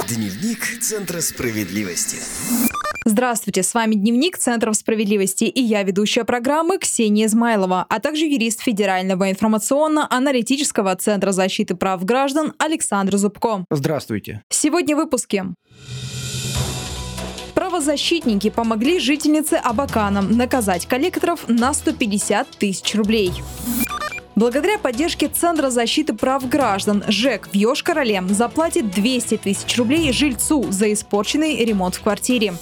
Дневник Центра справедливости. Здравствуйте, с вами Дневник Центров справедливости и я, ведущая программы Ксения Измайлова, а также юрист Федерального информационно-аналитического центра защиты прав граждан Александр Зубко. Здравствуйте. Сегодня в выпуске. Правозащитники помогли жительнице Абакана наказать коллекторов на 150 тысяч рублей. Благодаря поддержке Центра защиты прав граждан ЖЭК в Йошкар-Оле заплатит 200 тысяч рублей жильцу за испорченный ремонт в квартире.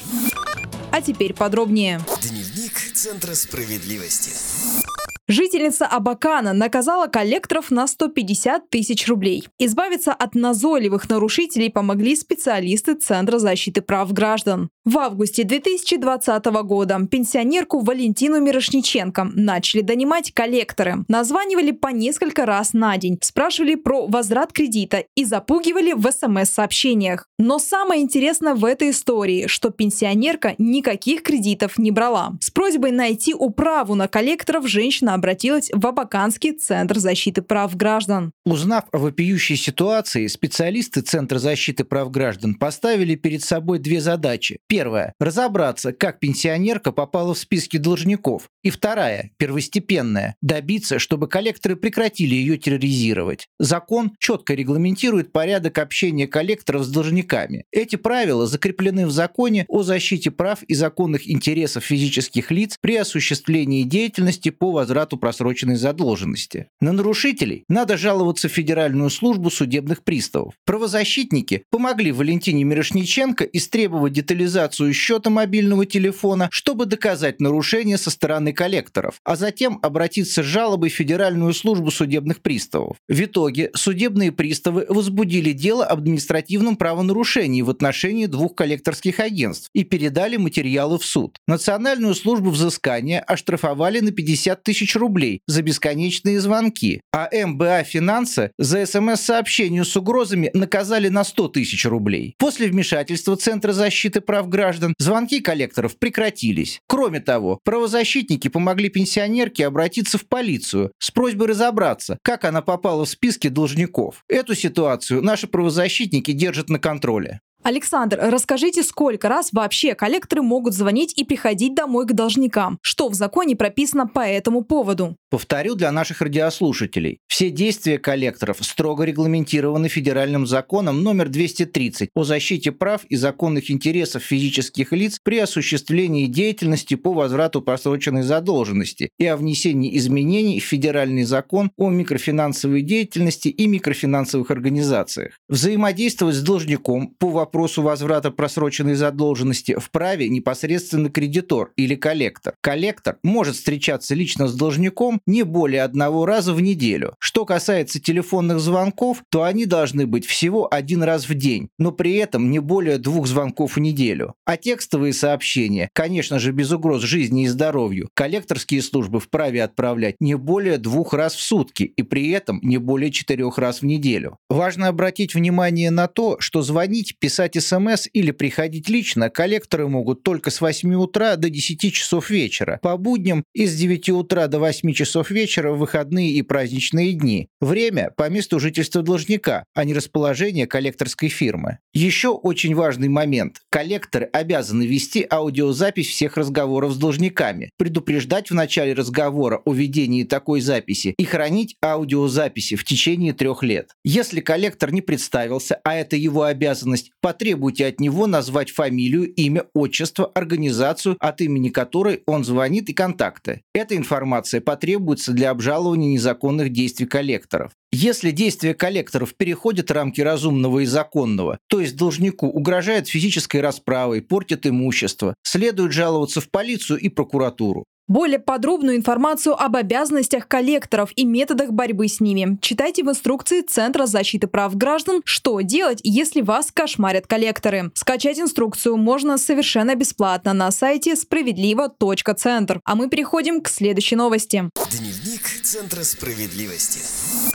А теперь подробнее. Дневник Центра справедливости. Жительница Абакана наказала коллекторов на 150 тысяч рублей. Избавиться от назойливых нарушителей помогли специалисты Центра защиты прав граждан. В августе 2020 года пенсионерку Валентину Мирошниченко начали донимать коллекторы. Названивали по несколько раз на день, спрашивали про возврат кредита и запугивали в СМС-сообщениях. Но самое интересное в этой истории, что пенсионерка никаких кредитов не брала. С просьбой найти управу на коллекторов женщина обратилась в Абаканский Центр защиты прав граждан. Узнав о вопиющей ситуации, специалисты Центра защиты прав граждан поставили перед собой две задачи. Первая – разобраться, как пенсионерка попала в списки должников. И вторая, первостепенная – добиться, чтобы коллекторы прекратили ее терроризировать. Закон четко регламентирует порядок общения коллекторов с должниками. Эти правила закреплены в Законе о защите прав и законных интересов физических лиц при осуществлении деятельности по возврату просроченной задолженности. На нарушителей надо жаловаться в Федеральную службу судебных приставов. Правозащитники помогли Валентине Мирошниченко истребовать детализацию счета мобильного телефона, чтобы доказать нарушение со стороны коллекторов, а затем обратиться с жалобой в Федеральную службу судебных приставов. В итоге судебные приставы возбудили дело об административном правонарушении в отношении двух коллекторских агентств и передали материалы в суд. Национальную службу взыскания оштрафовали на 50 тысяч рублей за бесконечные звонки, а МБА «Финансы» за СМС-сообщение с угрозами наказали на 100 тысяч рублей. После вмешательства Центра защиты прав граждан звонки коллекторов прекратились. Кроме того, правозащитники помогли пенсионерке обратиться в полицию с просьбой разобраться, как она попала в списки должников. Эту ситуацию наши правозащитники держат на контроле. Александр, расскажите, сколько раз вообще коллекторы могут звонить и приходить домой к должникам? Что в законе прописано по этому поводу? Повторю для наших радиослушателей. Все действия коллекторов строго регламентированы федеральным законом номер 230 о защите прав и законных интересов физических лиц при осуществлении деятельности по возврату просроченной задолженности и о внесении изменений в федеральный закон о микрофинансовой деятельности и микрофинансовых организациях. Взаимодействовать с должником по вопросу возврата просроченной задолженности вправе непосредственно кредитор или коллектор. Коллектор может встречаться лично с должником не более одного раза в неделю. Что касается телефонных звонков, то они должны быть всего один раз в день, но при этом не более 2 звонков в неделю. А текстовые сообщения, конечно же, без угроз жизни и здоровью, коллекторские службы вправе отправлять не более 2 раз в сутки и при этом не более 4 раз в неделю. Важно обратить внимание на то, что звонить, писать СМС или приходить лично коллекторы могут только с 8 утра до 10 часов вечера, по будням и с 9 утра до 8 часов вечера в выходные и праздничные дни. Время по месту жительства должника, а не расположение коллекторской фирмы. Еще очень важный момент. Коллекторы обязаны вести аудиозапись всех разговоров с должниками, предупреждать в начале разговора о ведении такой записи и хранить аудиозаписи в течение 3 лет. Если коллектор не представился, а это его обязанность, потребуйте от него назвать фамилию, имя, отчество, организацию, от имени которой он звонит и контакты. Эта информация потребуется для обжалования незаконных действий коллекторов. Если действия коллекторов переходят рамки разумного и законного, то есть должнику угрожает физической расправой, портит имущество, следует жаловаться в полицию и прокуратуру. Более подробную информацию об обязанностях коллекторов и методах борьбы с ними читайте в инструкции Центра защиты прав граждан «Что делать, если вас кошмарят коллекторы?». Скачать инструкцию можно совершенно бесплатно на сайте справедливо.центр. А мы переходим к следующей новости. Дневник Центра справедливости.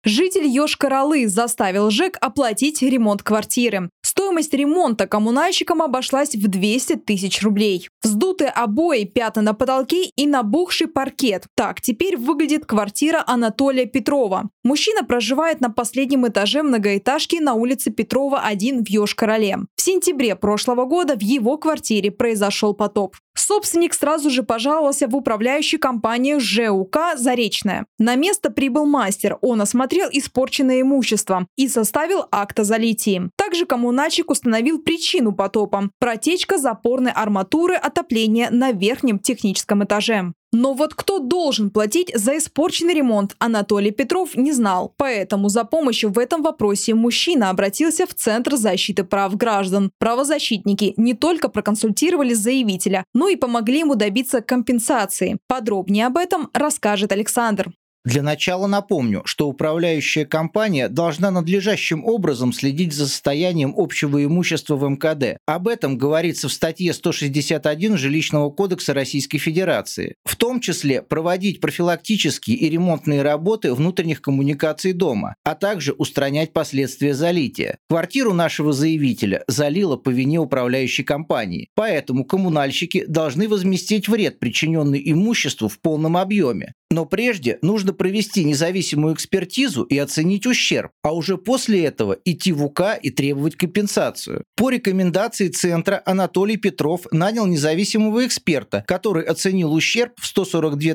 Житель Йошкар-Олы заставил ЖЭК оплатить ремонт квартиры. Стоимость ремонта коммунальщикам обошлась в 200 тысяч рублей. Вздутые обои, пятна на потолке и набухший паркет. Так теперь выглядит квартира Анатолия Петрова. Мужчина проживает на последнем этаже многоэтажки на улице Петрова, 1 в Йошкар-Оле. В сентябре прошлого года в его квартире произошел потоп. Собственник сразу же пожаловался в управляющую компанию ЖУК «Заречная». На место прибыл мастер. Он осмотрел испорченное имущество и составил акт о залитии. Также коммунальщик установил причину потопа – протечка запорной арматуры отопления на верхнем техническом этаже. Но вот кто должен платить за испорченный ремонт, Анатолий Петров не знал. Поэтому за помощью в этом вопросе мужчина обратился в Центр защиты прав граждан. Правозащитники не только проконсультировали заявителя, но и помогли ему добиться компенсации. Подробнее об этом расскажет Александр. Для начала напомню, что управляющая компания должна надлежащим образом следить за состоянием общего имущества в МКД. Об этом говорится в статье 161 Жилищного кодекса Российской Федерации. В том числе проводить профилактические и ремонтные работы внутренних коммуникаций дома, а также устранять последствия залития. Квартиру нашего заявителя залило по вине управляющей компании, поэтому коммунальщики должны возместить вред, причиненный имуществу, в полном объеме. Но прежде нужно провести независимую экспертизу и оценить ущерб, а уже после этого идти в УК и требовать компенсацию. По рекомендации Центра Анатолий Петров нанял независимого эксперта, который оценил ущерб в 142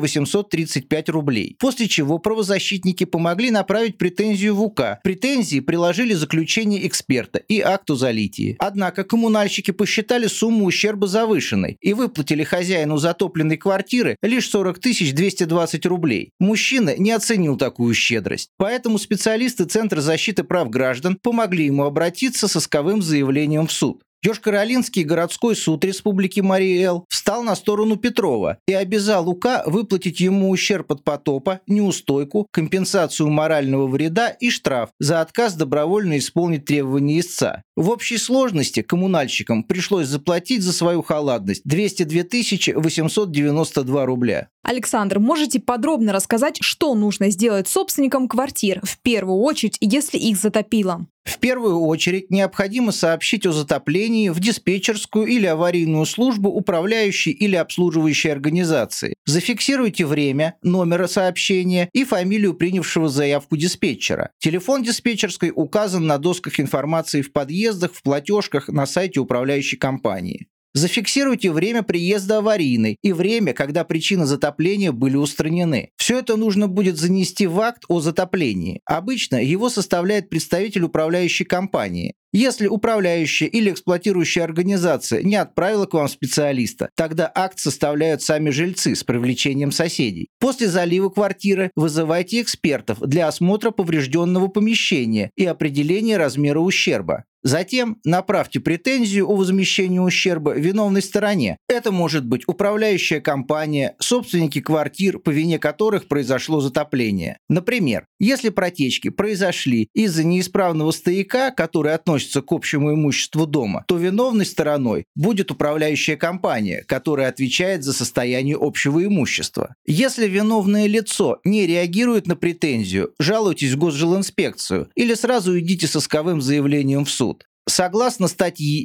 835 рублей, после чего правозащитники помогли направить претензию в УК. Претензии приложили заключение эксперта и акт о залитии. Однако коммунальщики посчитали сумму ущерба завышенной и выплатили хозяину затопленной квартиры лишь 40 220 рублей. Мужчина не оценил такую щедрость. Поэтому специалисты Центра защиты прав граждан помогли ему обратиться с исковым заявлением в суд. Йошкар-Олинский городской суд Республики Марий-Эл встал на сторону Петрова и обязал УК выплатить ему ущерб от потопа, неустойку, компенсацию морального вреда и штраф за отказ добровольно исполнить требования истца. В общей сложности коммунальщикам пришлось заплатить за свою халатность 202 892 рубля. Александр, можете подробно рассказать, что нужно сделать собственникам квартир, в первую очередь, если их затопило? В первую очередь необходимо сообщить о затоплении в диспетчерскую или аварийную службу управляющей или обслуживающей организации. Зафиксируйте время, номер сообщения и фамилию принявшего заявку диспетчера. Телефон диспетчерской указан на досках информации в подъездах, в платежках на сайте управляющей компании. Зафиксируйте время приезда аварийной и время, когда причины затопления были устранены. Все это нужно будет занести в акт о затоплении. Обычно его составляет представитель управляющей компании. Если управляющая или эксплуатирующая организация не отправила к вам специалиста, тогда акт составляют сами жильцы с привлечением соседей. После залива квартиры вызывайте экспертов для осмотра поврежденного помещения и определения размера ущерба. Затем направьте претензию о возмещении ущерба виновной стороне. Это может быть управляющая компания, собственники квартир, по вине которых произошло затопление. Например, если протечки произошли из-за неисправного стояка, который относится к общему имуществу дома, то виновной стороной будет управляющая компания, которая отвечает за состояние общего имущества. Если виновное лицо не реагирует на претензию, жалуйтесь в Госжилинспекцию или сразу идите с исковым заявлением в суд. Согласно статьи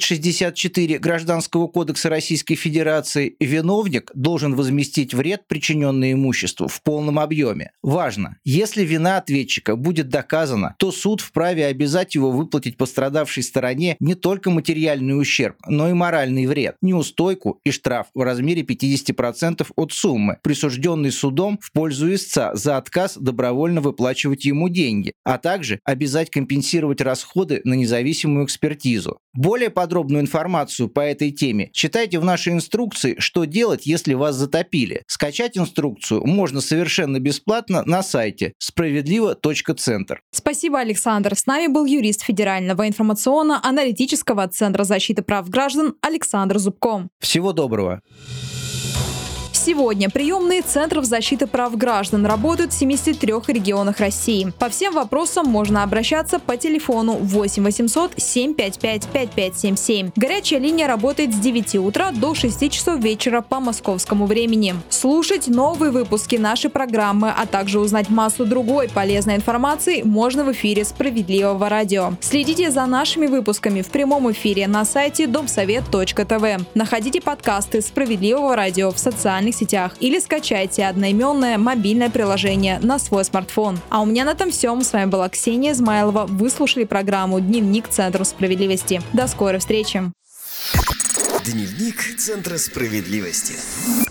1064 Гражданского кодекса Российской Федерации, виновник должен возместить вред, причиненный имуществу, в полном объеме. Важно, если вина ответчика будет доказана, то суд вправе обязать его выплатить пострадавшей стороне не только материальный ущерб, но и моральный вред, неустойку и штраф в размере 50% от суммы, присужденной судом в пользу истца за отказ добровольно выплачивать ему деньги, а также обязать компенсировать расходы на независимую экспертизу. Более подробную информацию по этой теме читайте в нашей инструкции «Что делать, если вас затопили?». Скачать инструкцию можно совершенно бесплатно на сайте справедливо.центр. Спасибо, Александр. С нами был юрист Федерального информационно-аналитического центра защиты прав граждан Александр Зубко. Всего доброго. Сегодня приемные Центров защиты прав граждан работают в 73 регионах России. По всем вопросам можно обращаться по телефону 8 800 755 5577. Горячая линия работает с 9 утра до 6 часов вечера по московскому времени. Слушать новые выпуски нашей программы, а также узнать массу другой полезной информации можно в эфире «Справедливого радио». Следите за нашими выпусками в прямом эфире на сайте domsovet.tv. Находите подкасты «Справедливого радио» в социальных сетях или скачайте одноименное мобильное приложение на свой смартфон. А у меня на этом все. С вами была Ксения Измайлова. Вы слушали программу «Дневник Центра справедливости». До скорой встречи. Дневник Центра справедливости.